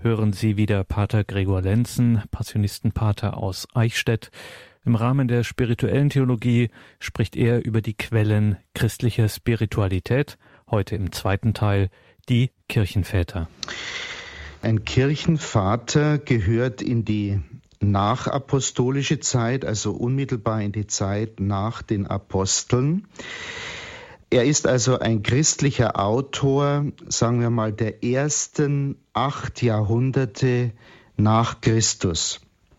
hören Sie wieder Pater Gregor Lenzen, Passionistenpater aus Eichstätt. Im Rahmen der spirituellen Theologie spricht er über die Quellen christlicher Spiritualität, heute im zweiten Teil die Kirchenväter. Ein Kirchenvater gehört in die nachapostolische Zeit, also unmittelbar in die Zeit nach den Aposteln. Er ist also ein christlicher Autor, sagen wir mal, der ersten 8 Jahrhunderte nach Christus.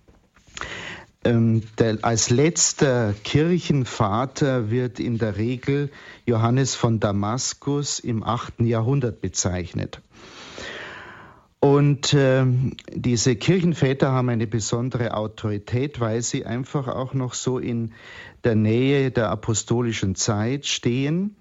Als letzter Kirchenvater wird in der Regel Johannes von Damaskus im 8. Jahrhundert bezeichnet. Und diese Kirchenväter haben eine besondere Autorität, weil sie einfach auch noch so in der Nähe der apostolischen Zeit stehen.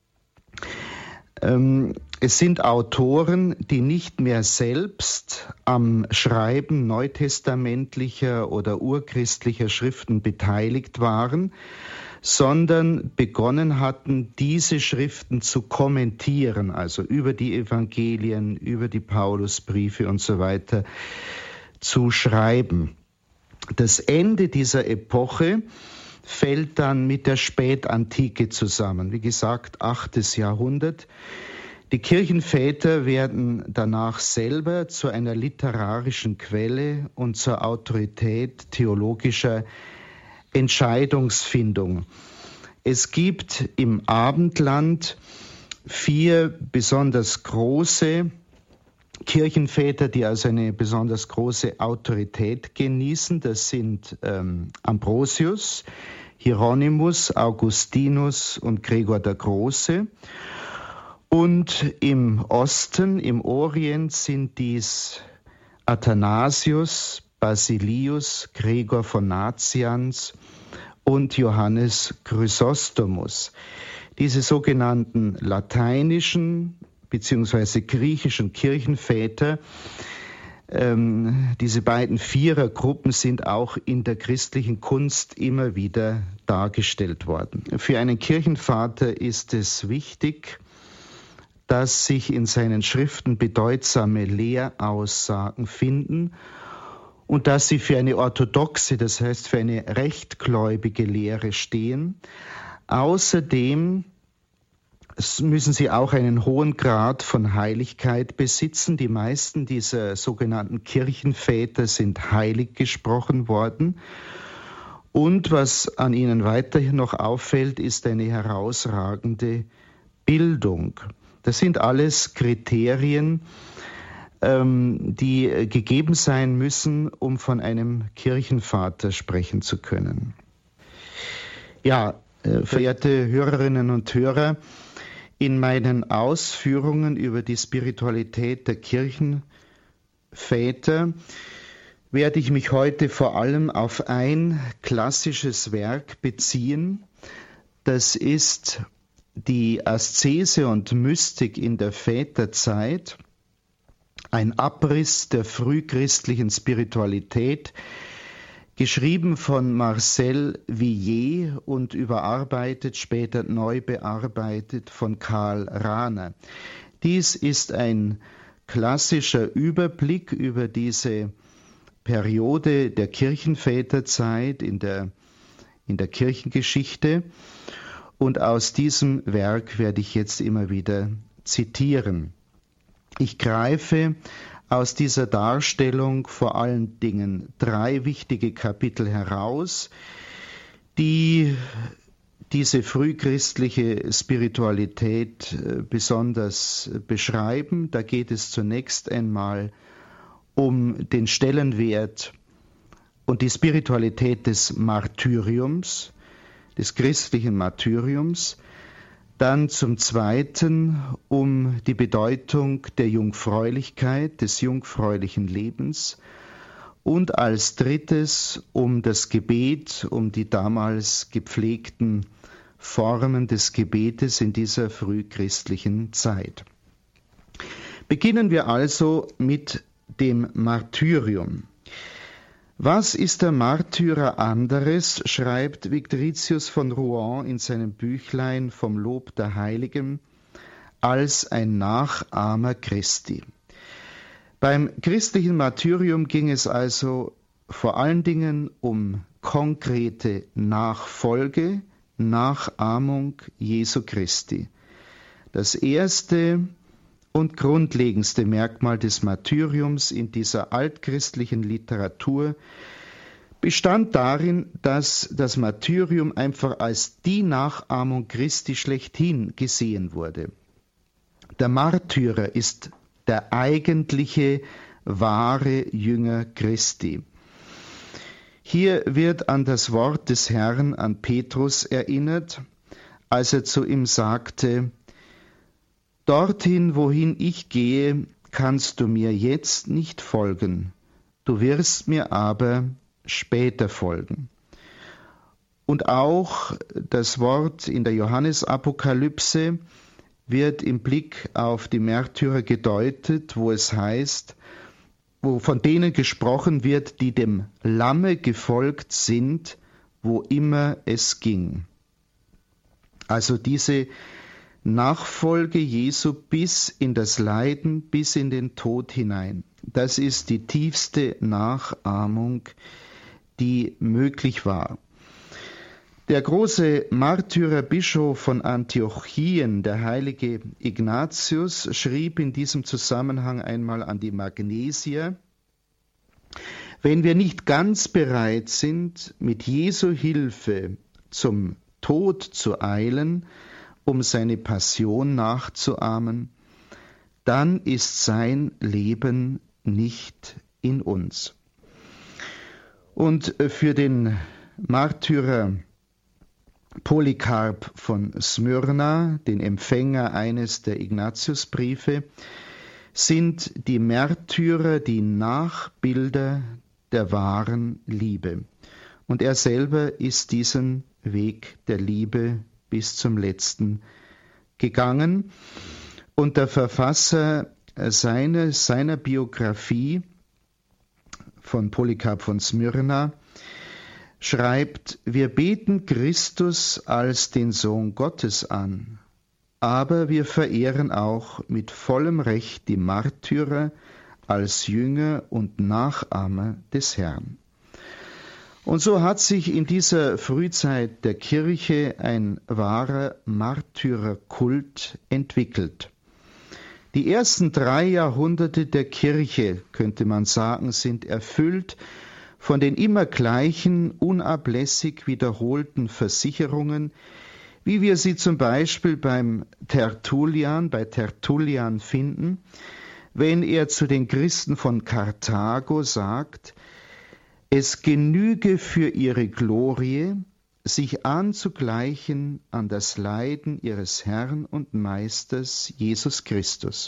Es sind Autoren, die nicht mehr selbst am Schreiben neutestamentlicher oder urchristlicher Schriften beteiligt waren, sondern begonnen hatten, diese Schriften zu kommentieren, also über die Evangelien, über die Paulusbriefe und so weiter zu schreiben. Das Ende dieser Epoche fällt dann mit der Spätantike zusammen. Wie gesagt, 8. Jahrhundert. Die Kirchenväter werden danach selber zu einer literarischen Quelle und zur Autorität theologischer Entscheidungsfindung. Es gibt im Abendland 4 besonders große Kirchenväter, die also eine besonders große Autorität genießen. Das sind Ambrosius, Hieronymus, Augustinus und Gregor der Große. Und im Osten, im Orient sind dies Athanasius, Basilius, Gregor von Nazianz und Johannes Chrysostomus. Diese sogenannten lateinischen bzw. griechischen Kirchenväter, diese beiden Vierergruppen sind auch in der christlichen Kunst immer wieder dargestellt worden. Für einen Kirchenvater ist es wichtig, dass sich in seinen Schriften bedeutsame Lehraussagen finden und dass sie für eine orthodoxe, das heißt für eine rechtgläubige Lehre stehen. Außerdem müssen sie auch einen hohen Grad von Heiligkeit besitzen. Die meisten dieser sogenannten Kirchenväter sind heilig gesprochen worden. Und was an ihnen weiterhin noch auffällt, ist eine herausragende Bildung. Das sind alles Kriterien, die gegeben sein müssen, um von einem Kirchenvater sprechen zu können. Ja, verehrte Hörerinnen und Hörer, in meinen Ausführungen über die Spiritualität der Kirchenväter werde ich mich heute vor allem auf ein klassisches Werk beziehen. Das ist die Aszese und Mystik in der Väterzeit, ein Abriss der frühchristlichen Spiritualität, geschrieben von Marcel Villiers und überarbeitet, später neu bearbeitet von Karl Rahner. Dies ist ein klassischer Überblick über diese Periode der Kirchenväterzeit in der Kirchengeschichte. Und aus diesem Werk werde ich jetzt immer wieder zitieren. Ich greife aus dieser Darstellung vor allen Dingen 3 wichtige Kapitel heraus, die diese frühchristliche Spiritualität besonders beschreiben. Da geht es zunächst einmal um den Stellenwert und die Spiritualität des Martyriums, des christlichen Martyriums. Dann zum Zweiten um die Bedeutung der Jungfräulichkeit, des jungfräulichen Lebens. Und als Drittes um das Gebet, um die damals gepflegten Formen des Gebetes in dieser frühchristlichen Zeit. Beginnen wir also mit dem Martyrium. Was ist der Märtyrer anderes, schreibt Victoritius von Rouen in seinem Büchlein vom Lob der Heiligen, als ein Nachahmer Christi. Beim christlichen Martyrium ging es also vor allen Dingen um konkrete Nachfolge, Nachahmung Jesu Christi. Das erste und grundlegendste Merkmal des Martyriums in dieser altchristlichen Literatur bestand darin, dass das Martyrium einfach als die Nachahmung Christi schlechthin gesehen wurde. Der Märtyrer ist der eigentliche, wahre Jünger Christi. Hier wird an das Wort des Herrn an Petrus erinnert, als er zu ihm sagte: Dorthin, wohin ich gehe, kannst du mir jetzt nicht folgen, du wirst mir aber später folgen. Und auch das Wort in der Johannesapokalypse wird im Blick auf die Märtyrer gedeutet, wo es heißt, wo von denen gesprochen wird, die dem Lamme gefolgt sind, wo immer es ging. Also diese Nachfolge Jesu bis in das Leiden, bis in den Tod hinein. Das ist die tiefste Nachahmung, die möglich war. Der große Märtyrerbischof von Antiochien, der heilige Ignatius, schrieb in diesem Zusammenhang einmal an die Magnesier: Wenn wir nicht ganz bereit sind, mit Jesu Hilfe zum Tod zu eilen, um seine Passion nachzuahmen, dann ist sein Leben nicht in uns. Und für den Märtyrer Polycarp von Smyrna, den Empfänger eines der Ignatiusbriefe, sind die Märtyrer die Nachbilder der wahren Liebe. Und er selber ist diesen Weg der Liebe bis zum Letzten gegangen. Und der Verfasser seiner Biografie von Polycarp von Smyrna schreibt: Wir beten Christus als den Sohn Gottes an, aber wir verehren auch mit vollem Recht die Märtyrer als Jünger und Nachahmer des Herrn. Und so hat sich in dieser Frühzeit der Kirche ein wahrer Märtyrerkult entwickelt. Die ersten 3 Jahrhunderte der Kirche, könnte man sagen, sind erfüllt von den immer gleichen, unablässig wiederholten Versicherungen, wie wir sie zum Beispiel bei Tertullian finden, wenn er zu den Christen von Karthago sagt: Es genüge für ihre Glorie, sich anzugleichen an das Leiden ihres Herrn und Meisters Jesus Christus.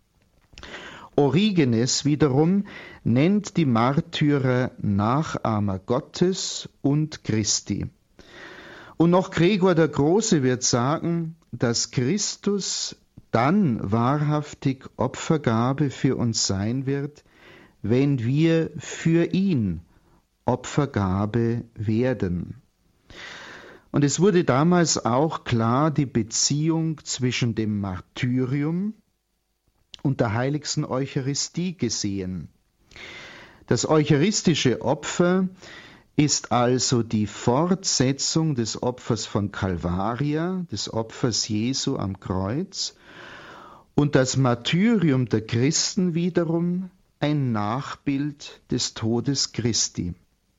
Origenes wiederum nennt die Märtyrer Nachahmer Gottes und Christi. Und noch Gregor der Große wird sagen, dass Christus dann wahrhaftig Opfergabe für uns sein wird, wenn wir für ihn Opfergabe werden. Und es wurde damals auch klar die Beziehung zwischen dem Martyrium und der heiligsten Eucharistie gesehen. Das eucharistische Opfer ist also die Fortsetzung des Opfers von Calvaria, des Opfers Jesu am Kreuz, und das Martyrium der Christen wiederum ein Nachbild des Todes Christi.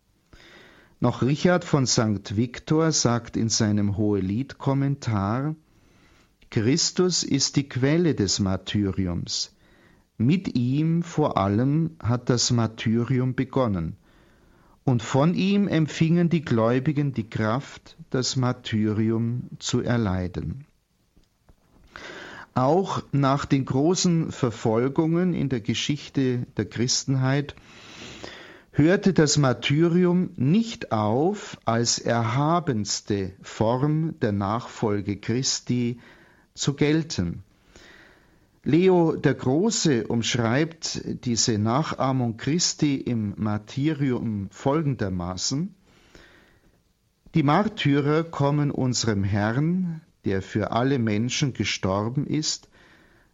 Noch Richard von St. Victor sagt in seinem Hohelied-Kommentar: Christus ist die Quelle des Martyriums. Mit ihm vor allem hat das Martyrium begonnen. Und von ihm empfingen die Gläubigen die Kraft, das Martyrium zu erleiden. Auch nach den großen Verfolgungen in der Geschichte der Christenheit hörte das Martyrium nicht auf, als erhabenste Form der Nachfolge Christi zu gelten. Leo der Große umschreibt diese Nachahmung Christi im Martyrium folgendermaßen: Die Märtyrer kommen unserem Herrn, der für alle Menschen gestorben ist,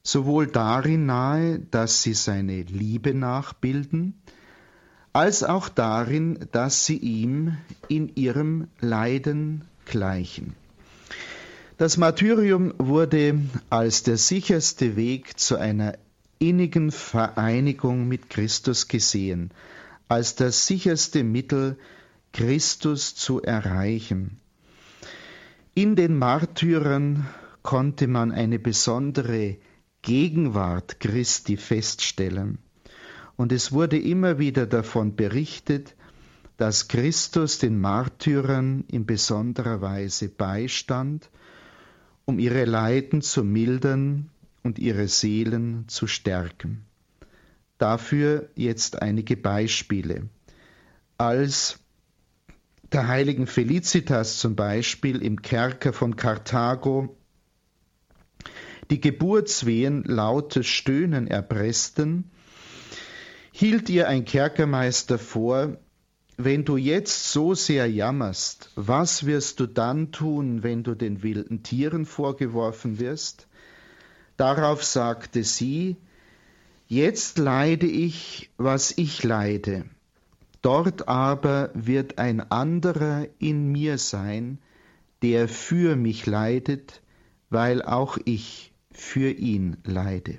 sowohl darin nahe, dass sie seine Liebe nachbilden, als auch darin, dass sie ihm in ihrem Leiden gleichen. Das Martyrium wurde als der sicherste Weg zu einer innigen Vereinigung mit Christus gesehen, als das sicherste Mittel, Christus zu erreichen. In den Märtyrern konnte man eine besondere Gegenwart Christi feststellen. Und es wurde immer wieder davon berichtet, dass Christus den Märtyrern in besonderer Weise beistand, um ihre Leiden zu mildern und ihre Seelen zu stärken. Dafür jetzt einige Beispiele. Als der heiligen Felicitas zum Beispiel im Kerker von Karthago die Geburtswehen lautes Stöhnen erpressten, hielt ihr ein Kerkermeister vor: Wenn du jetzt so sehr jammerst, was wirst du dann tun, wenn du den wilden Tieren vorgeworfen wirst? Darauf sagte sie: Jetzt leide ich, was ich leide. Dort aber wird ein anderer in mir sein, der für mich leidet, weil auch ich für ihn leide.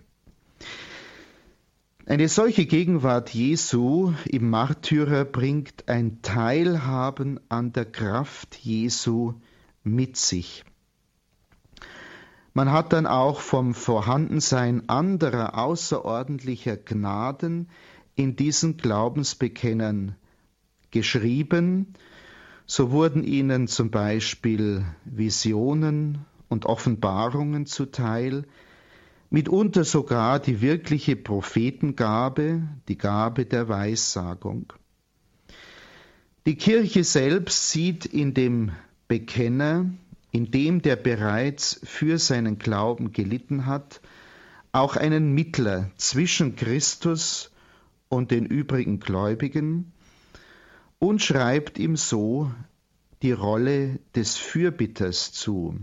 Eine solche Gegenwart Jesu im Märtyrer bringt ein Teilhaben an der Kraft Jesu mit sich. Man hat dann auch vom Vorhandensein anderer außerordentlicher Gnaden in diesen Glaubensbekennern geschrieben. So wurden ihnen zum Beispiel Visionen und Offenbarungen zuteil, mitunter sogar die wirkliche Prophetengabe, die Gabe der Weissagung. Die Kirche selbst sieht in dem Bekenner, in dem der bereits für seinen Glauben gelitten hat, auch einen Mittler zwischen Christus und den übrigen Gläubigen und schreibt ihm so die Rolle des Fürbitters zu.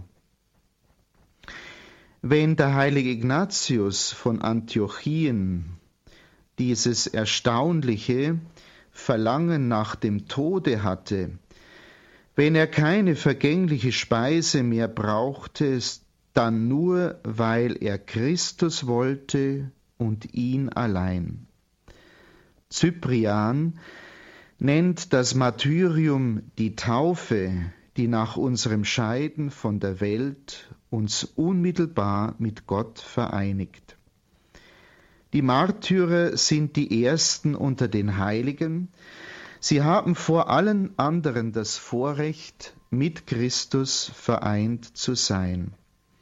Wenn der heilige Ignatius von Antiochien dieses erstaunliche Verlangen nach dem Tode hatte, wenn er keine vergängliche Speise mehr brauchte, dann nur, weil er Christus wollte und ihn allein. Cyprian nennt das Martyrium die Taufe, die nach unserem Scheiden von der Welt uns unmittelbar mit Gott vereinigt. Die Märtyrer sind die Ersten unter den Heiligen. Sie haben vor allen anderen das Vorrecht, mit Christus vereint zu sein.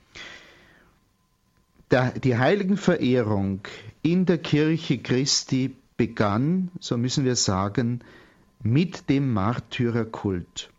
Die Heiligenverehrung in der Kirche Christi begann, so müssen wir sagen, mit dem Märtyrerkult.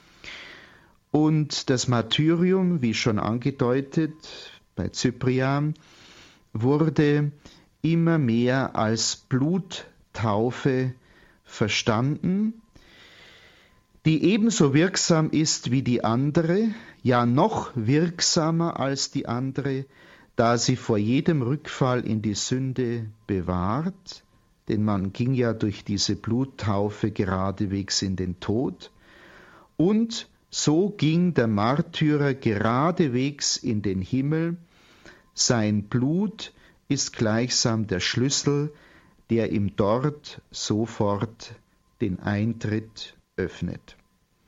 Und das Martyrium, wie schon angedeutet bei Cyprian, wurde immer mehr als Bluttaufe verstanden, die ebenso wirksam ist wie die andere, ja noch wirksamer als die andere, da sie vor jedem Rückfall in die Sünde bewahrt, denn man ging ja durch diese Bluttaufe geradewegs in den Tod, und so ging der Märtyrer geradewegs in den Himmel. Sein Blut ist gleichsam der Schlüssel, der ihm dort sofort den Eintritt öffnet.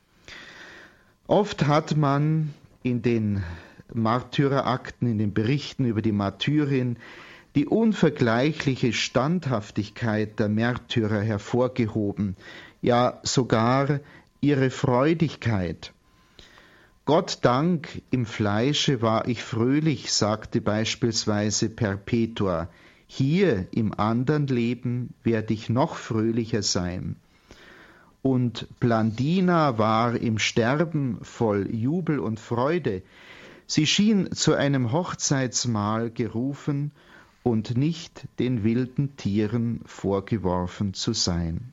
Oft hat man in den Märtyrerakten, in den Berichten über die Martyrien, die unvergleichliche Standhaftigkeit der Märtyrer hervorgehoben, ja sogar ihre Freudigkeit. Gott Dank, im Fleische war ich fröhlich, sagte beispielsweise Perpetua. Hier im anderen Leben werde ich noch fröhlicher sein. Und Blandina war im Sterben voll Jubel und Freude. Sie schien zu einem Hochzeitsmahl gerufen und nicht den wilden Tieren vorgeworfen zu sein.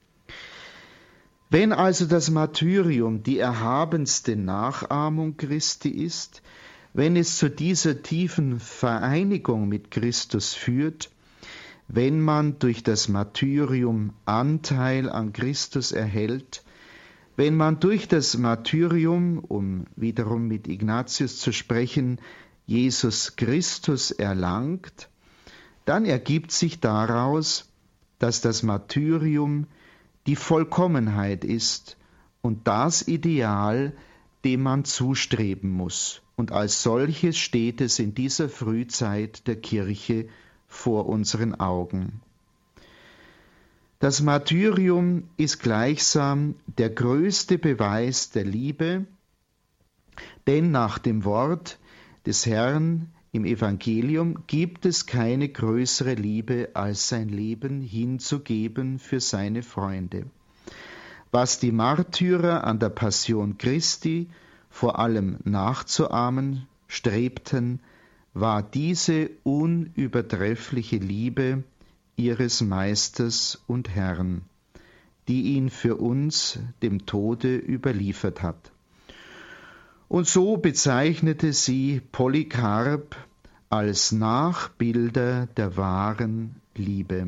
Wenn also das Martyrium die erhabenste Nachahmung Christi ist, wenn es zu dieser tiefen Vereinigung mit Christus führt, wenn man durch das Martyrium Anteil an Christus erhält, wenn man durch das Martyrium, um wiederum mit Ignatius zu sprechen, Jesus Christus erlangt, dann ergibt sich daraus, dass das Martyrium die Vollkommenheit ist und das Ideal, dem man zustreben muss. Und als solches steht es in dieser Frühzeit der Kirche vor unseren Augen. Das Martyrium ist gleichsam der größte Beweis der Liebe, denn nach dem Wort des Herrn im Evangelium gibt es keine größere Liebe, als sein Leben hinzugeben für seine Freunde. Was die Märtyrer an der Passion Christi vor allem nachzuahmen strebten, war diese unübertreffliche Liebe ihres Meisters und Herrn, die ihn für uns dem Tode überliefert hat. Und so bezeichnete sie Polycarp als Nachbilder der wahren Liebe.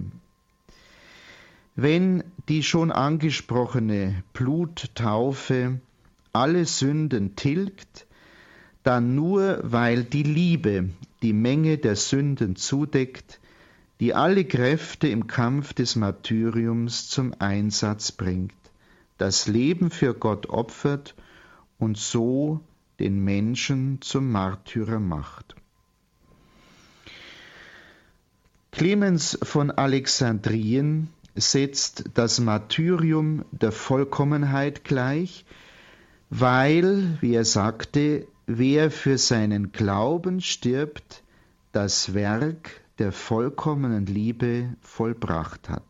Wenn die schon angesprochene Bluttaufe alle Sünden tilgt, dann nur, weil die Liebe die Menge der Sünden zudeckt, die alle Kräfte im Kampf des Martyriums zum Einsatz bringt, das Leben für Gott opfert und so den Menschen zum Märtyrer macht. Clemens von Alexandrien setzt das Martyrium der Vollkommenheit gleich, weil, wie er sagte, wer für seinen Glauben stirbt, das Werk der vollkommenen Liebe vollbracht hat.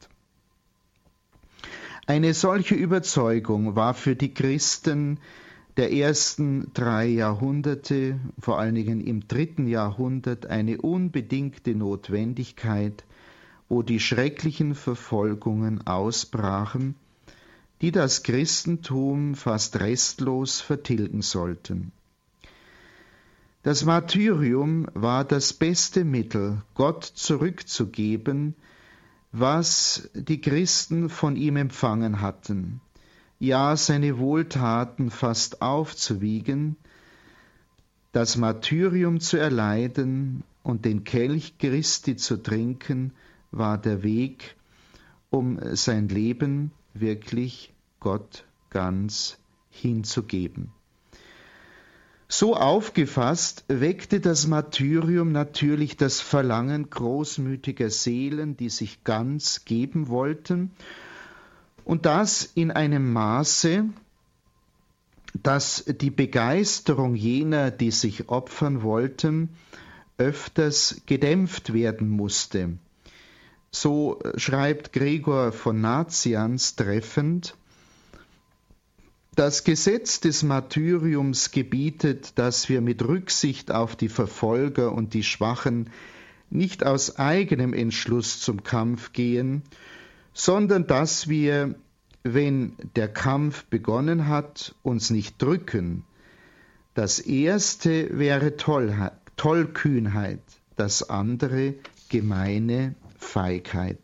Eine solche Überzeugung war für die Christen der ersten 3 Jahrhunderte, vor allen Dingen im 3. Jahrhundert, eine unbedingte Notwendigkeit, wo die schrecklichen Verfolgungen ausbrachen, die das Christentum fast restlos vertilgen sollten. Das Martyrium war das beste Mittel, Gott zurückzugeben, was die Christen von ihm empfangen hatten, ja seine Wohltaten fast aufzuwiegen, das Martyrium zu erleiden und den Kelch Christi zu trinken, war der Weg, um sein Leben wirklich Gott ganz hinzugeben. So aufgefasst weckte das Martyrium natürlich das Verlangen großmütiger Seelen, die sich ganz geben wollten, und das in einem Maße, dass die Begeisterung jener, die sich opfern wollten, öfters gedämpft werden musste. So schreibt Gregor von Nazianz treffend: Das Gesetz des Martyriums gebietet, dass wir mit Rücksicht auf die Verfolger und die Schwachen nicht aus eigenem Entschluss zum Kampf gehen, sondern dass wir, wenn der Kampf begonnen hat, uns nicht drücken. Das erste wäre Tollkühnheit, das andere gemeine Feigheit.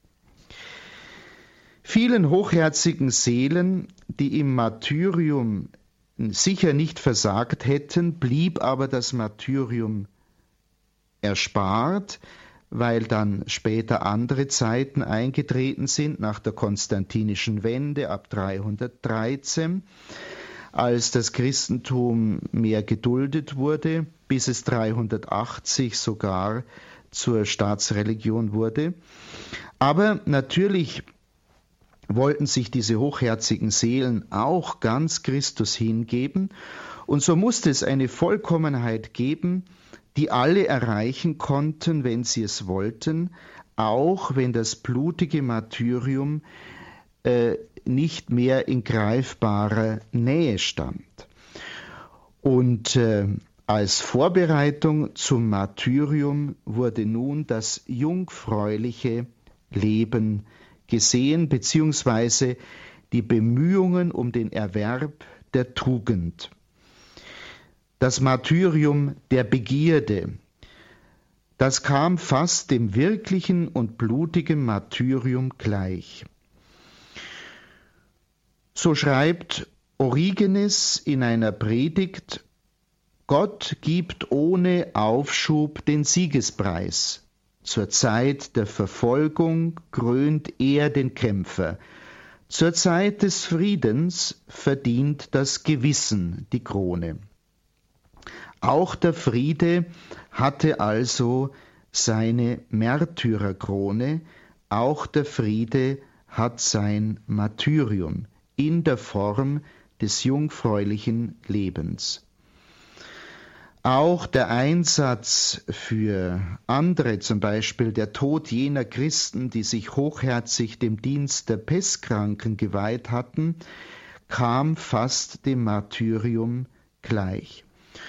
Vielen hochherzigen Seelen, die im Martyrium sicher nicht versagt hätten, blieb aber das Martyrium erspart, weil dann später andere Zeiten eingetreten sind, nach der konstantinischen Wende ab 313, als das Christentum mehr geduldet wurde, bis es 380 sogar zur Staatsreligion wurde. Aber natürlich wollten sich diese hochherzigen Seelen auch ganz Christus hingeben, und so musste es eine Vollkommenheit geben, die alle erreichen konnten, wenn sie es wollten, auch wenn das blutige Martyrium nicht mehr in greifbarer Nähe stand. Und als Vorbereitung zum Martyrium wurde nun das jungfräuliche Leben gesehen, beziehungsweise die Bemühungen um den Erwerb der Tugend. Das Martyrium der Begierde, das kam fast dem wirklichen und blutigen Martyrium gleich. So schreibt Origenes in einer Predigt: Gott gibt ohne Aufschub den Siegespreis. Zur Zeit der Verfolgung krönt er den Kämpfer. Zur Zeit des Friedens verdient das Gewissen die Krone. Auch der Friede hatte also seine Märtyrerkrone, auch der Friede hat sein Martyrium in der Form des jungfräulichen Lebens. Auch der Einsatz für andere, zum Beispiel der Tod jener Christen, die sich hochherzig dem Dienst der Pestkranken geweiht hatten, kam fast dem Martyrium gleich.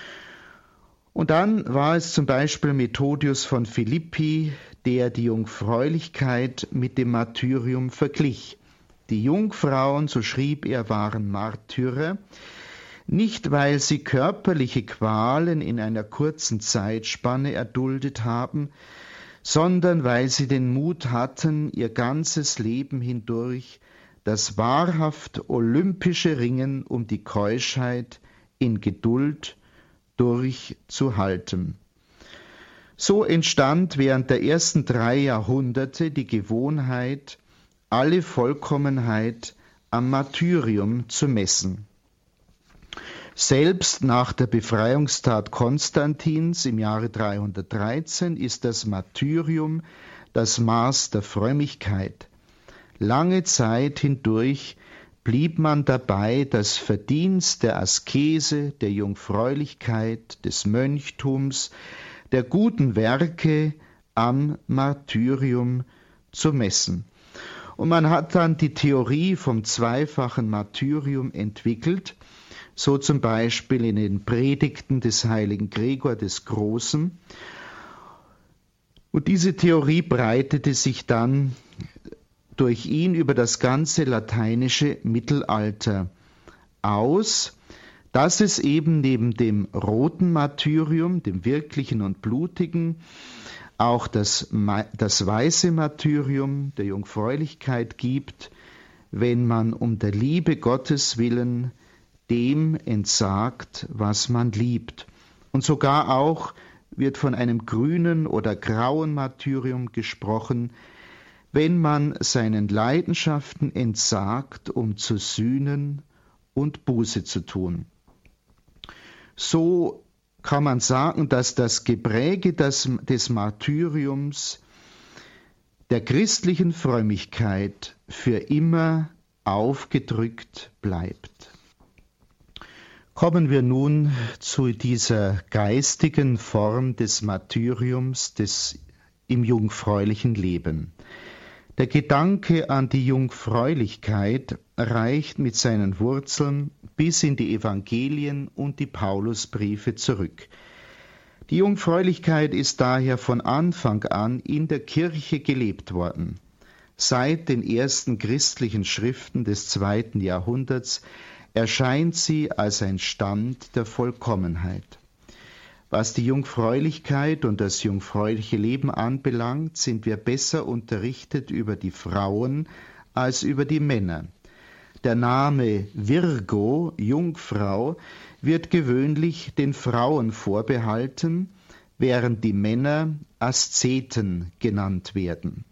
Und dann war es zum Beispiel Methodius von Philippi, der die Jungfräulichkeit mit dem Martyrium verglich. Die Jungfrauen, so schrieb er, waren Märtyrer, nicht weil sie körperliche Qualen in einer kurzen Zeitspanne erduldet haben, sondern weil sie den Mut hatten, ihr ganzes Leben hindurch das wahrhaft olympische Ringen um die Keuschheit in Geduld durchzuhalten. So entstand während der ersten 3 Jahrhunderte die Gewohnheit, alle Vollkommenheit am Martyrium zu messen. Selbst nach der Befreiungstat Konstantins im Jahre 313 ist das Martyrium das Maß der Frömmigkeit. Lange Zeit hindurch blieb man dabei, das Verdienst der Askese, der Jungfräulichkeit, des Mönchtums, der guten Werke am Martyrium zu messen. Und man hat dann die Theorie vom zweifachen Martyrium entwickelt, so zum Beispiel in den Predigten des heiligen Gregor des Großen. Und diese Theorie breitete sich dann durch ihn über das ganze lateinische Mittelalter aus, dass es eben neben dem roten Martyrium, dem wirklichen und blutigen, auch das weiße Martyrium der Jungfräulichkeit gibt, wenn man um der Liebe Gottes willen dem entsagt, was man liebt. Und sogar auch wird von einem grünen oder grauen Martyrium gesprochen, wenn man seinen Leidenschaften entsagt, um zu sühnen und Buße zu tun. So kann man sagen, dass das Gepräge des Martyriums der christlichen Frömmigkeit für immer aufgedrückt bleibt. Kommen wir nun zu dieser geistigen Form des Martyriums im jungfräulichen Leben. Der Gedanke an die Jungfräulichkeit reicht mit seinen Wurzeln bis in die Evangelien und die Paulusbriefe zurück. Die Jungfräulichkeit ist daher von Anfang an in der Kirche gelebt worden. Seit den ersten christlichen Schriften des 2. Jahrhunderts erscheint sie als ein Stand der Vollkommenheit. Was die Jungfräulichkeit und das jungfräuliche Leben anbelangt, sind wir besser unterrichtet über die Frauen als über die Männer. Der Name Virgo, Jungfrau, wird gewöhnlich den Frauen vorbehalten, während die Männer Aszeten genannt werden.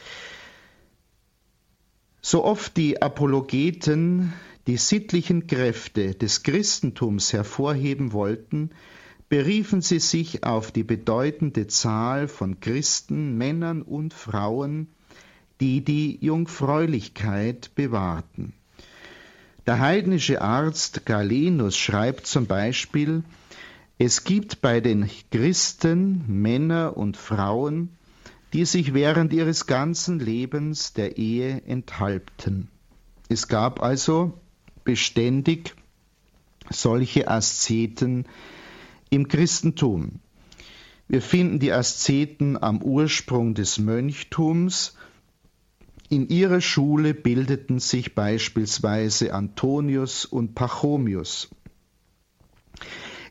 So oft die Apologeten die sittlichen Kräfte des Christentums hervorheben wollten, beriefen sie sich auf die bedeutende Zahl von Christen, Männern und Frauen, die die Jungfräulichkeit bewahrten. Der heidnische Arzt Galenus schreibt zum Beispiel: Es gibt bei den Christen Männer und Frauen, die sich während ihres ganzen Lebens der Ehe enthalten. Es gab also beständig solche Aszeten im Christentum. Wir finden die Aszeten am Ursprung des Mönchtums. In ihrer Schule bildeten sich beispielsweise Antonius und Pachomius.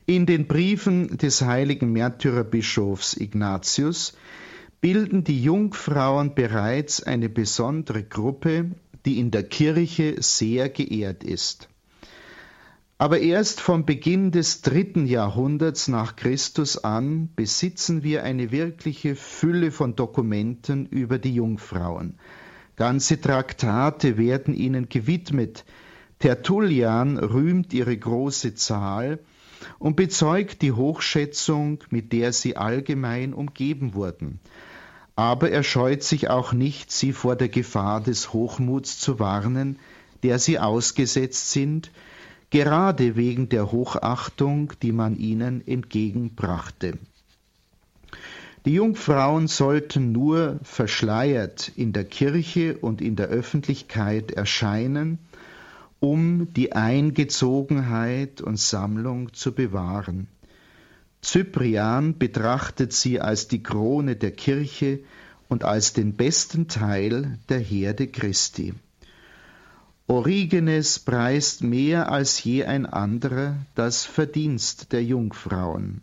In den Briefen des heiligen Märtyrerbischofs Ignatius bilden die Jungfrauen bereits eine besondere Gruppe, die in der Kirche sehr geehrt ist. Aber erst vom Beginn des 3. Jahrhunderts nach Christus an besitzen wir eine wirkliche Fülle von Dokumenten über die Jungfrauen. Ganze Traktate werden ihnen gewidmet. Tertullian rühmt ihre große Zahl und bezeugt die Hochschätzung, mit der sie allgemein umgeben wurden. Aber er scheut sich auch nicht, sie vor der Gefahr des Hochmuts zu warnen, der sie ausgesetzt sind, gerade wegen der Hochachtung, die man ihnen entgegenbrachte. Die Jungfrauen sollten nur verschleiert in der Kirche und in der Öffentlichkeit erscheinen, um die Eingezogenheit und Sammlung zu bewahren. Cyprian betrachtet sie als die Krone der Kirche und als den besten Teil der Herde Christi. Origenes preist mehr als je ein anderer das Verdienst der Jungfrauen.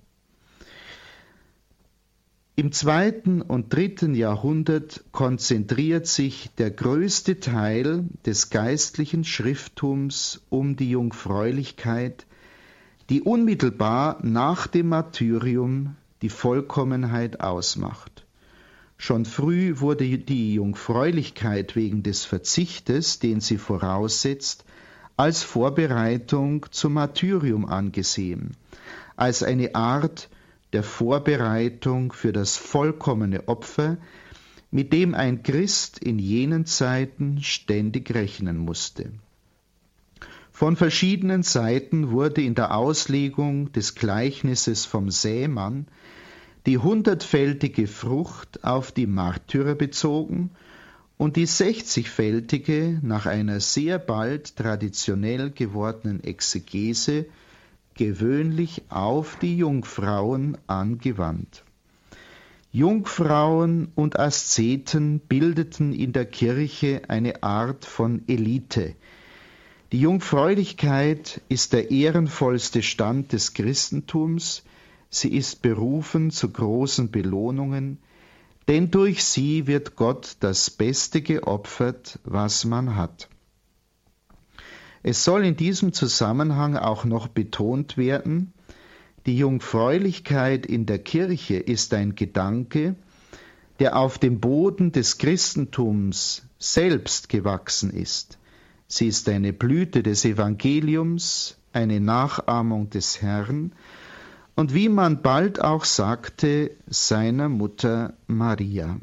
Im 2. und 3. Jahrhundert konzentriert sich der größte Teil des geistlichen Schrifttums um die Jungfräulichkeit, die unmittelbar nach dem Martyrium die Vollkommenheit ausmacht. Schon früh wurde die Jungfräulichkeit wegen des Verzichtes, den sie voraussetzt, als Vorbereitung zum Martyrium angesehen, als eine Art der Vorbereitung für das vollkommene Opfer, mit dem ein Christ in jenen Zeiten ständig rechnen musste. Von verschiedenen Seiten wurde in der Auslegung des Gleichnisses vom Sämann die 100-fältige Frucht auf die Märtyrer bezogen und die 60-fältige nach einer sehr bald traditionell gewordenen Exegese gewöhnlich auf die Jungfrauen angewandt. Jungfrauen und Aszeten bildeten in der Kirche eine Art von Elite. Die Jungfräulichkeit ist der ehrenvollste Stand des Christentums. Sie ist berufen zu großen Belohnungen, denn durch sie wird Gott das Beste geopfert, was man hat. Es soll in diesem Zusammenhang auch noch betont werden, die Jungfräulichkeit in der Kirche ist ein Gedanke, der auf dem Boden des Christentums selbst gewachsen ist. Sie ist eine Blüte des Evangeliums, eine Nachahmung des Herrn und wie man bald auch sagte, seiner Mutter Maria.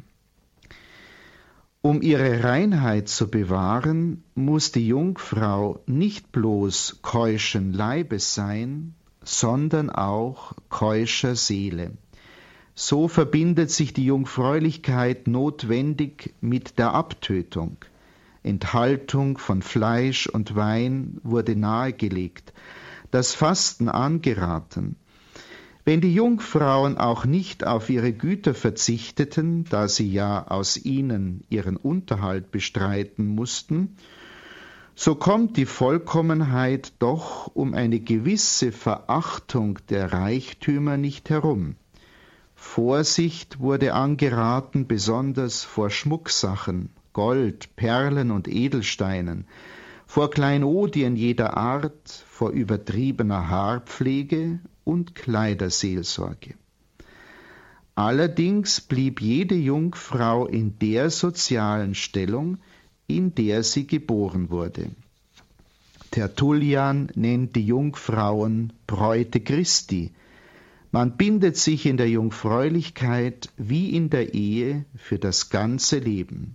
Um ihre Reinheit zu bewahren, muss die Jungfrau nicht bloß keuschen Leibes sein, sondern auch keuscher Seele. So verbindet sich die Jungfräulichkeit notwendig mit der Abtötung. Enthaltung von Fleisch und Wein wurde nahegelegt, das Fasten angeraten. Wenn die Jungfrauen auch nicht auf ihre Güter verzichteten, da sie ja aus ihnen ihren Unterhalt bestreiten mussten, so kommt die Vollkommenheit doch um eine gewisse Verachtung der Reichtümer nicht herum. Vorsicht wurde angeraten, besonders vor Schmucksachen, Gold, Perlen und Edelsteinen, vor Kleinodien jeder Art, vor übertriebener Haarpflege und Kleiderseelsorge. Allerdings blieb jede Jungfrau in der sozialen Stellung, in der sie geboren wurde. Tertullian nennt die Jungfrauen Bräute Christi. Man bindet sich in der Jungfräulichkeit wie in der Ehe für das ganze Leben.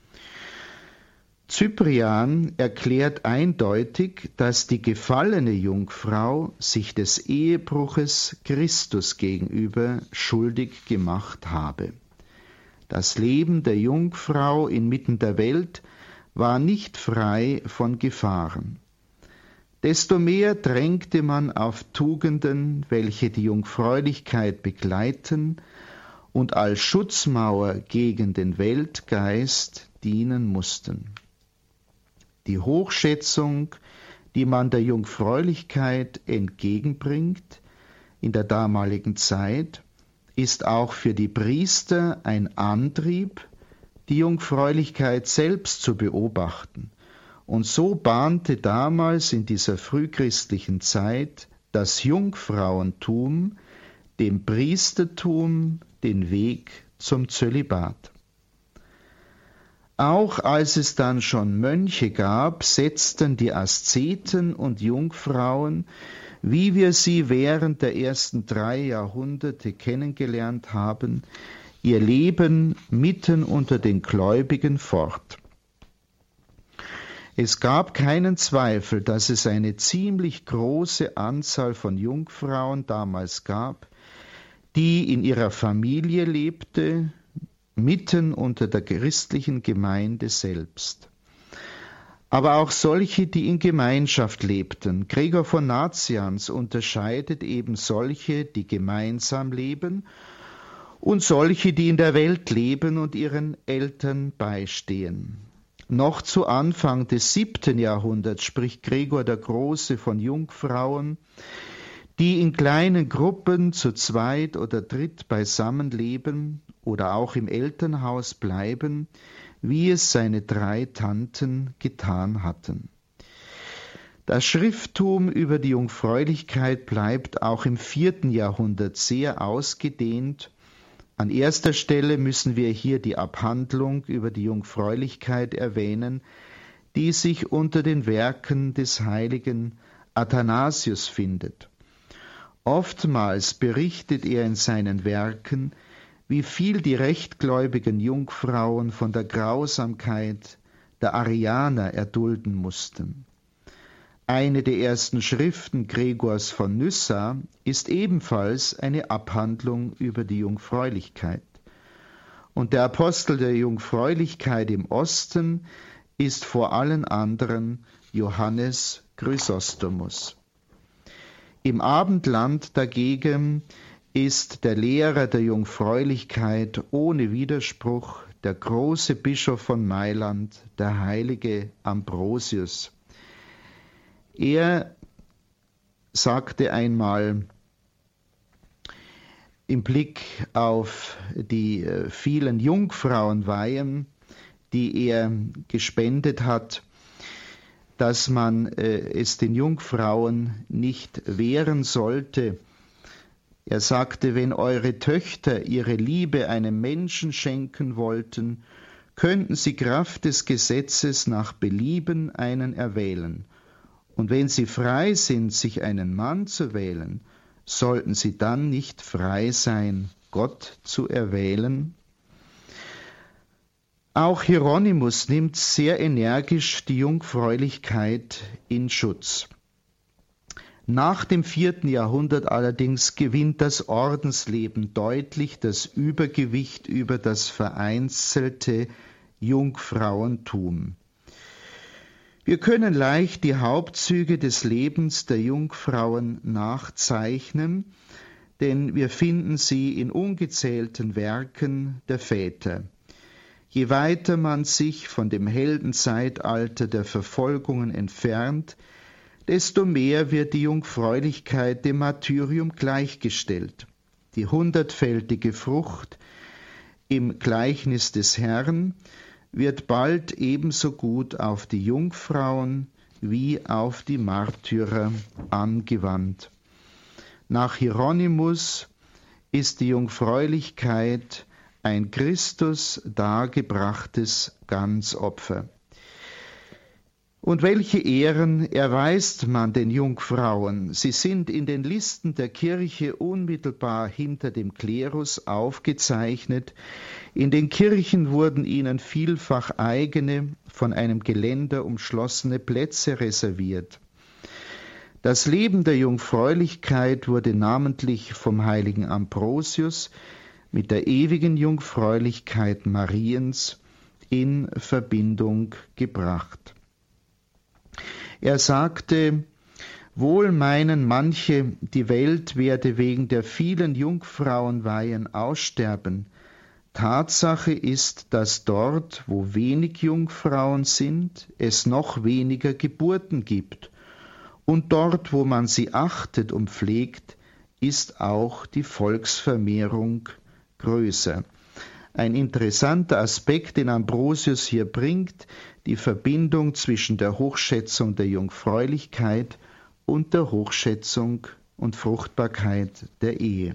Cyprian erklärt eindeutig, dass die gefallene Jungfrau sich des Ehebruches Christus gegenüber schuldig gemacht habe. Das Leben der Jungfrau inmitten der Welt war nicht frei von Gefahren. Desto mehr drängte man auf Tugenden, welche die Jungfräulichkeit begleiten und als Schutzmauer gegen den Weltgeist dienen mussten. Die Hochschätzung, die man der Jungfräulichkeit entgegenbringt, in der damaligen Zeit, ist auch für die Priester ein Antrieb, die Jungfräulichkeit selbst zu beobachten. Und so bahnte damals in dieser frühchristlichen Zeit das Jungfrauentum dem Priestertum den Weg zum Zölibat. Auch als es dann schon Mönche gab, setzten die Aszeten und Jungfrauen, wie wir sie während der ersten 3 Jahrhunderte kennengelernt haben, ihr Leben mitten unter den Gläubigen fort. Es gab keinen Zweifel, dass es eine ziemlich große Anzahl von Jungfrauen damals gab, die in ihrer Familie lebte, mitten unter der christlichen Gemeinde selbst. Aber auch solche, die in Gemeinschaft lebten. Gregor von Nazianz unterscheidet eben solche, die gemeinsam leben, und solche, die in der Welt leben und ihren Eltern beistehen. Noch zu Anfang des 7. Jahrhunderts spricht Gregor der Große von Jungfrauen, die in kleinen Gruppen zu zweit oder dritt beisammen leben oder auch im Elternhaus bleiben, wie es seine 3 Tanten getan hatten. Das Schrifttum über die Jungfräulichkeit bleibt auch im 4. Jahrhundert sehr ausgedehnt. An erster Stelle müssen wir hier die Abhandlung über die Jungfräulichkeit erwähnen, die sich unter den Werken des heiligen Athanasius findet. Oftmals berichtet er in seinen Werken, wie viel die rechtgläubigen Jungfrauen von der Grausamkeit der Arianer erdulden mussten. Eine der ersten Schriften Gregors von Nyssa ist ebenfalls eine Abhandlung über die Jungfräulichkeit. Und der Apostel der Jungfräulichkeit im Osten ist vor allen anderen Johannes Chrysostomus. Im Abendland dagegen ist der Lehrer der Jungfräulichkeit ohne Widerspruch der große Bischof von Mailand, der heilige Ambrosius. Er sagte einmal im Blick auf die vielen Jungfrauenweihen, die er gespendet hat, dass man es den Jungfrauen nicht wehren sollte. Er sagte, wenn eure Töchter ihre Liebe einem Menschen schenken wollten, könnten sie Kraft des Gesetzes nach Belieben einen erwählen. Und wenn sie frei sind, sich einen Mann zu wählen, sollten sie dann nicht frei sein, Gott zu erwählen? Auch Hieronymus nimmt sehr energisch die Jungfräulichkeit in Schutz. Nach dem 4. Jahrhundert allerdings gewinnt das Ordensleben deutlich das Übergewicht über das vereinzelte Jungfrauentum. Wir können leicht die Hauptzüge des Lebens der Jungfrauen nachzeichnen, denn wir finden sie in ungezählten Werken der Väter. Je weiter man sich von dem Heldenzeitalter der Verfolgungen entfernt, desto mehr wird die Jungfräulichkeit dem Martyrium gleichgestellt. Die 100-fältige Frucht im Gleichnis des Herrn wird bald ebenso gut auf die Jungfrauen wie auf die Märtyrer angewandt. Nach Hieronymus ist die Jungfräulichkeit ein Christus dargebrachtes Ganzopfer. Und welche Ehren erweist man den Jungfrauen? Sie sind in den Listen der Kirche unmittelbar hinter dem Klerus aufgezeichnet. In den Kirchen wurden ihnen vielfach eigene, von einem Geländer umschlossene Plätze reserviert. Das Leben der Jungfräulichkeit wurde namentlich vom heiligen Ambrosius mit der ewigen Jungfräulichkeit Mariens in Verbindung gebracht. Er sagte, wohl meinen manche, die Welt werde wegen der vielen Jungfrauenweihen aussterben. Tatsache ist, dass dort, wo wenig Jungfrauen sind, es noch weniger Geburten gibt. Und dort, wo man sie achtet und pflegt, ist auch die Volksvermehrung größer. Ein interessanter Aspekt, den Ambrosius hier bringt, die Verbindung zwischen der Hochschätzung der Jungfräulichkeit und der Hochschätzung und Fruchtbarkeit der Ehe.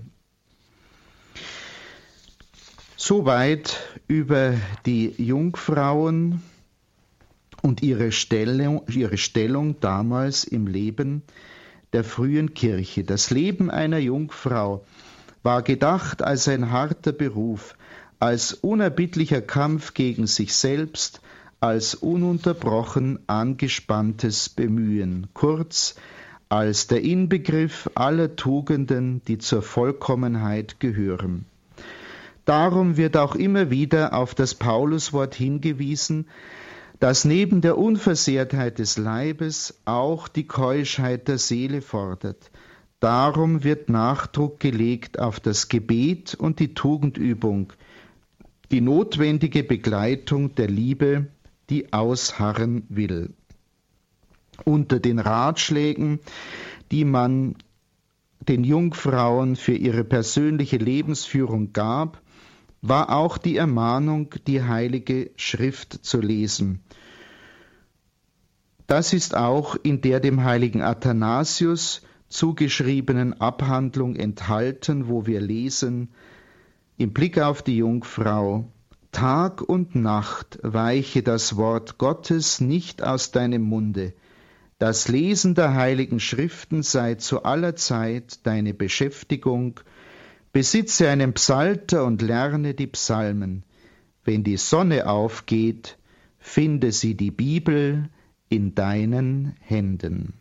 Soweit über die Jungfrauen und ihre Stellung damals im Leben der frühen Kirche. Das Leben einer Jungfrau war gedacht als ein harter Beruf, als unerbittlicher Kampf gegen sich selbst, als ununterbrochen angespanntes Bemühen, kurz als der Inbegriff aller Tugenden, die zur Vollkommenheit gehören. Darum wird auch immer wieder auf das Pauluswort hingewiesen, das neben der Unversehrtheit des Leibes auch die Keuschheit der Seele fordert. Darum wird Nachdruck gelegt auf das Gebet und die Tugendübung, die notwendige Begleitung der Liebe, die ausharren will. Unter den Ratschlägen, die man den Jungfrauen für ihre persönliche Lebensführung gab, war auch die Ermahnung, die Heilige Schrift zu lesen. Das ist auch in der dem heiligen Athanasius zugeschriebenen Abhandlung enthalten, wo wir lesen, im Blick auf die Jungfrau: Tag und Nacht weiche das Wort Gottes nicht aus deinem Munde. Das Lesen der heiligen Schriften sei zu aller Zeit deine Beschäftigung. Besitze einen Psalter und lerne die Psalmen. Wenn die Sonne aufgeht, finde sie die Bibel in deinen Händen.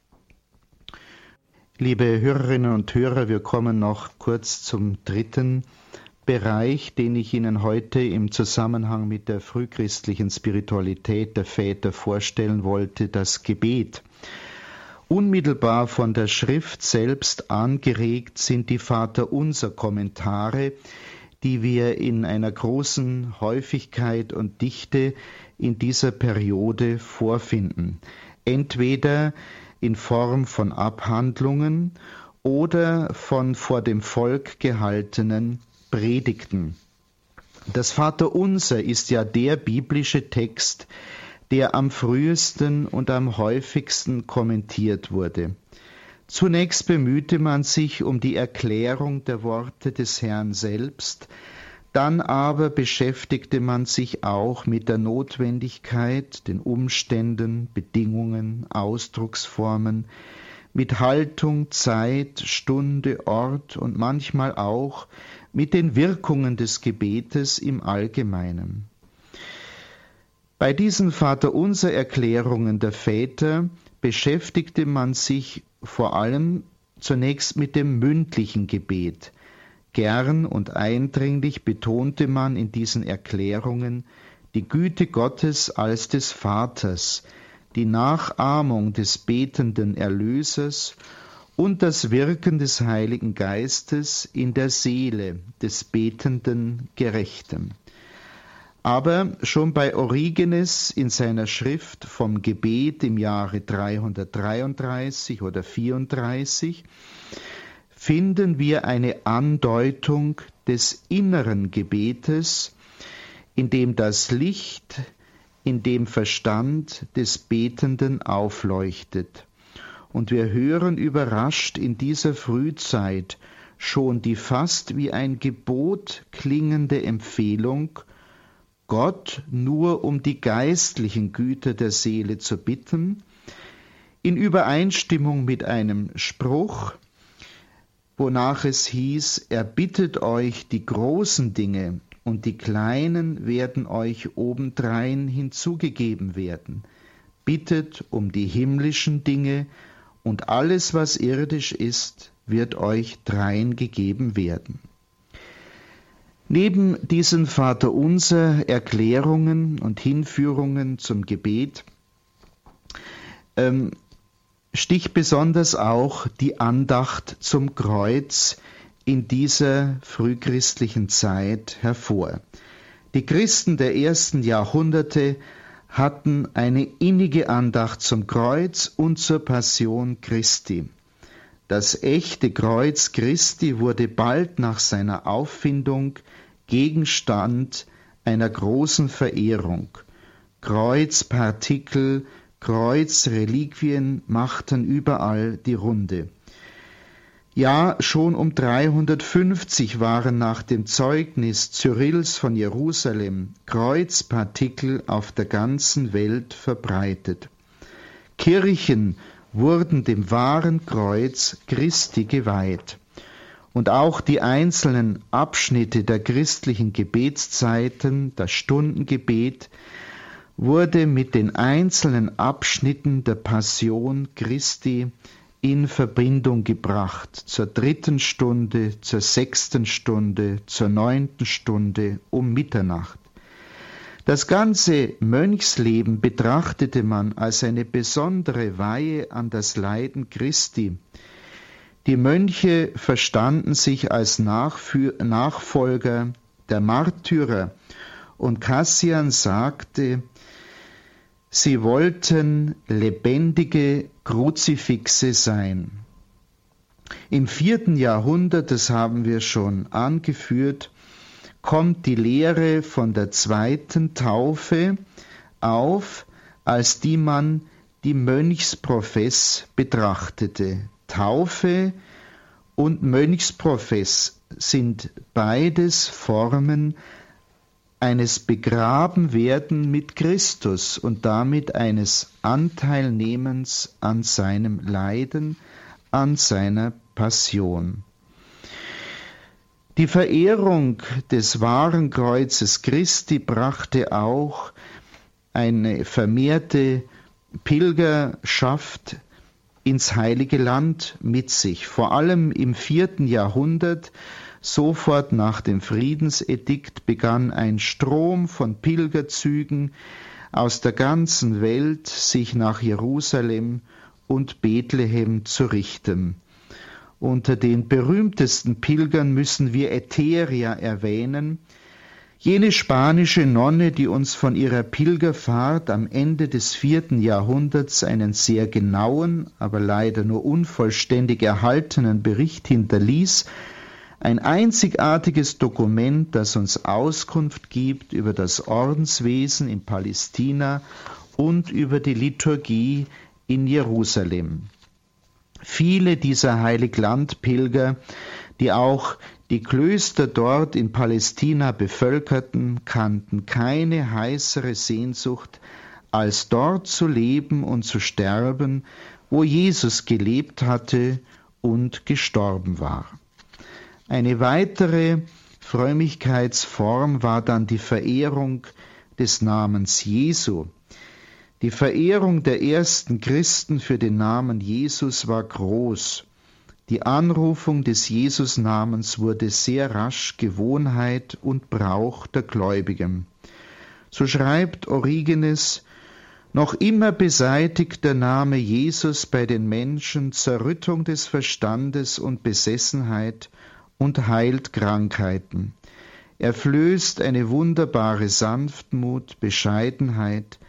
Liebe Hörerinnen und Hörer, wir kommen noch kurz zum dritten Bereich, den ich Ihnen heute im Zusammenhang mit der frühchristlichen Spiritualität der Väter vorstellen wollte, das Gebet. Unmittelbar von der Schrift selbst angeregt sind die Vaterunser-Kommentare, die wir in einer großen Häufigkeit und Dichte in dieser Periode vorfinden. Entweder in Form von Abhandlungen oder von vor dem Volk gehaltenen Predigten. Das Vaterunser ist ja der biblische Text, der am frühesten und am häufigsten kommentiert wurde. Zunächst bemühte man sich um die Erklärung der Worte des Herrn selbst, dann aber beschäftigte man sich auch mit der Notwendigkeit, den Umständen, Bedingungen, Ausdrucksformen, mit Haltung, Zeit, Stunde, Ort und manchmal auch mit den Wirkungen des Gebetes im Allgemeinen. Bei diesen Vaterunser-Erklärungen der Väter beschäftigte man sich vor allem zunächst mit dem mündlichen Gebet. Gern und eindringlich betonte man in diesen Erklärungen die Güte Gottes als des Vaters, die Nachahmung des betenden Erlösers und das Wirken des Heiligen Geistes in der Seele des betenden Gerechten. Aber schon bei Origenes in seiner Schrift vom Gebet im Jahre 333 oder 34 finden wir eine Andeutung des inneren Gebetes, in dem das Licht in dem Verstand des Betenden aufleuchtet. Und wir hören überrascht in dieser Frühzeit schon die fast wie ein Gebot klingende Empfehlung, Gott nur um die geistlichen Güter der Seele zu bitten, in Übereinstimmung mit einem Spruch, wonach es hieß, er bittet euch die großen Dinge und die kleinen werden euch obendrein hinzugegeben werden. Bittet um die himmlischen Dinge und alles, was irdisch ist, wird euch drein gegeben werden. Neben diesen Vaterunser Erklärungen und Hinführungen zum Gebet sticht besonders auch die Andacht zum Kreuz in dieser frühchristlichen Zeit hervor. Die Christen der ersten Jahrhunderte hatten eine innige Andacht zum Kreuz und zur Passion Christi. Das echte Kreuz Christi wurde bald nach seiner Auffindung Gegenstand einer großen Verehrung. Kreuzpartikel, Kreuzreliquien machten überall die Runde. Ja, schon um 350 waren nach dem Zeugnis Cyrills von Jerusalem Kreuzpartikel auf der ganzen Welt verbreitet. Kirchen wurden dem wahren Kreuz Christi geweiht. Und auch die einzelnen Abschnitte der christlichen Gebetszeiten, das Stundengebet, wurde mit den einzelnen Abschnitten der Passion Christi in Verbindung gebracht, zur 3. Stunde, zur 6. Stunde, zur 9. Stunde um Mitternacht. Das ganze Mönchsleben betrachtete man als eine besondere Weihe an das Leiden Christi. Die Mönche verstanden sich als Nachfolger der Märtyrer und Cassian sagte, sie wollten lebendige Kruzifixe sein. Im 4. Jahrhundert, das haben wir schon angeführt, kommt die Lehre von der zweiten Taufe auf, als die man die Mönchsprofess betrachtete. Taufe und Mönchsprofess sind beides Formen eines Begrabenwerden mit Christus und damit eines Anteilnehmens an seinem Leiden, an seiner Passion. Die Verehrung des wahren Kreuzes Christi brachte auch eine vermehrte Pilgerschaft ins Heilige Land mit sich. Vor allem im 4. Jahrhundert, sofort nach dem Friedensedikt, begann ein Strom von Pilgerzügen aus der ganzen Welt, sich nach Jerusalem und Bethlehem zu richten. Unter den berühmtesten Pilgern müssen wir Etheria erwähnen, jene spanische Nonne, die uns von ihrer Pilgerfahrt am Ende des 4. Jahrhunderts einen sehr genauen, aber leider nur unvollständig erhaltenen Bericht hinterließ, ein einzigartiges Dokument, das uns Auskunft gibt über das Ordenswesen in Palästina und über die Liturgie in Jerusalem. Viele dieser Heiliglandpilger, die auch die Klöster dort in Palästina bevölkerten, kannten keine heißere Sehnsucht, als dort zu leben und zu sterben, wo Jesus gelebt hatte und gestorben war. Eine weitere Frömmigkeitsform war dann die Verehrung des Namens Jesu. Die Verehrung der ersten Christen für den Namen Jesus war groß. Die Anrufung des Jesus-Namens wurde sehr rasch Gewohnheit und Brauch der Gläubigen. So schreibt Origenes, noch immer beseitigt der Name Jesus bei den Menschen Zerrüttung des Verstandes und Besessenheit und heilt Krankheiten. Er flößt eine wunderbare Sanftmut, Bescheidenheit,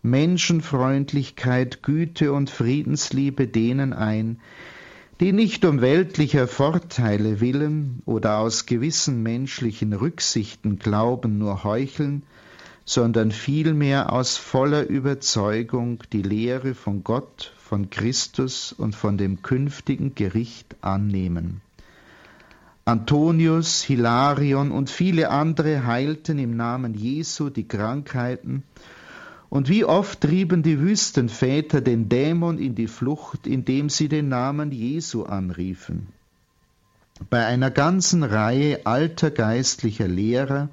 Menschenfreundlichkeit, Güte und Friedensliebe denen ein, die nicht um weltlicher Vorteile willen oder aus gewissen menschlichen Rücksichten glauben, nur heucheln, sondern vielmehr aus voller Überzeugung die Lehre von Gott, von Christus und von dem künftigen Gericht annehmen. Antonius, Hilarion und viele andere heilten im Namen Jesu die Krankheiten. Und wie oft trieben die Wüstenväter den Dämon in die Flucht, indem sie den Namen Jesu anriefen. Bei einer ganzen Reihe alter geistlicher Lehrer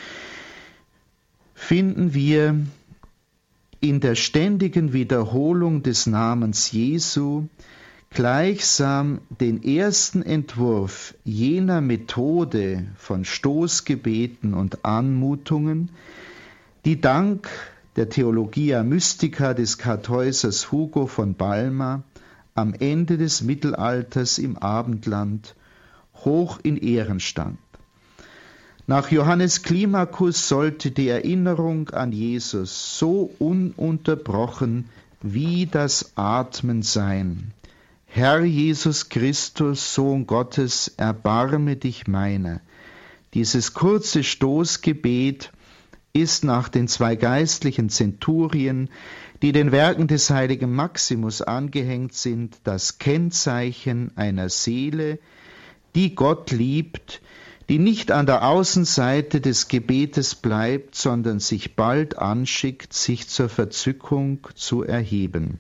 finden wir in der ständigen Wiederholung des Namens Jesu gleichsam den ersten Entwurf jener Methode von Stoßgebeten und Anmutungen, die dank der Theologia Mystica des Kartäusers Hugo von Balma am Ende des Mittelalters im Abendland hoch in Ehren stand. Nach Johannes Climacus sollte die Erinnerung an Jesus so ununterbrochen wie das Atmen sein, Herr Jesus Christus, Sohn Gottes, erbarme dich meiner. Dieses kurze Stoßgebet ist nach den 2 geistlichen Zenturien, die den Werken des heiligen Maximus angehängt sind, das Kennzeichen einer Seele, die Gott liebt, die nicht an der Außenseite des Gebetes bleibt, sondern sich bald anschickt, sich zur Verzückung zu erheben.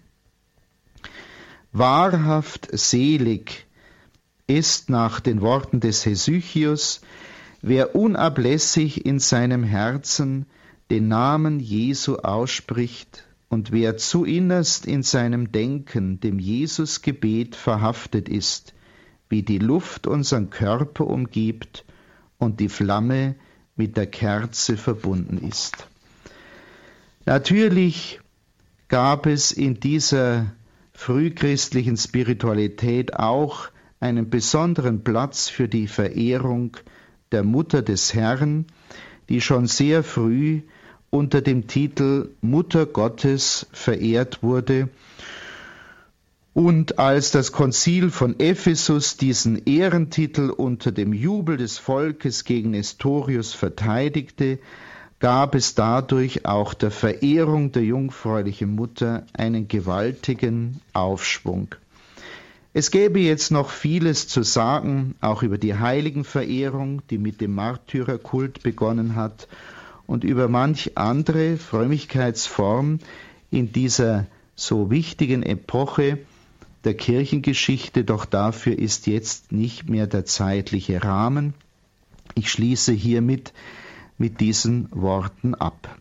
Wahrhaft selig ist nach den Worten des Hesychius, wer unablässig in seinem Herzen den Namen Jesu ausspricht und wer zu innerst in seinem Denken dem Jesusgebet verhaftet ist, wie die Luft unseren Körper umgibt und die Flamme mit der Kerze verbunden ist. Natürlich gab es in dieser frühchristlichen Spiritualität auch einen besonderen Platz für die Verehrung der Mutter des Herrn, die schon sehr früh unter dem Titel Mutter Gottes verehrt wurde. Und als das Konzil von Ephesus diesen Ehrentitel unter dem Jubel des Volkes gegen Nestorius verteidigte, gab es dadurch auch der Verehrung der jungfräulichen Mutter einen gewaltigen Aufschwung. Es gäbe jetzt noch vieles zu sagen, auch über die Heiligenverehrung, die mit dem Märtyrerkult begonnen hat, und über manch andere Frömmigkeitsform in dieser so wichtigen Epoche der Kirchengeschichte, doch dafür ist jetzt nicht mehr der zeitliche Rahmen. Ich schließe hiermit mit diesen Worten ab.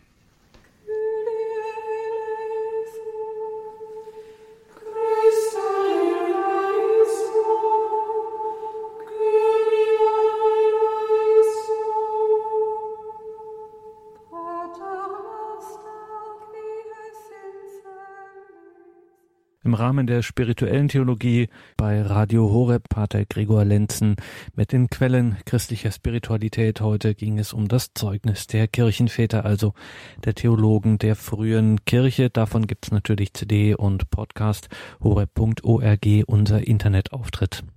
Im Rahmen der spirituellen Theologie bei Radio Horeb Pater Gregor Lenzen mit den Quellen christlicher Spiritualität. Heute ging es um das Zeugnis der Kirchenväter, also der Theologen der frühen Kirche. Davon gibt es natürlich CD und Podcast, horeb.org, unser Internetauftritt.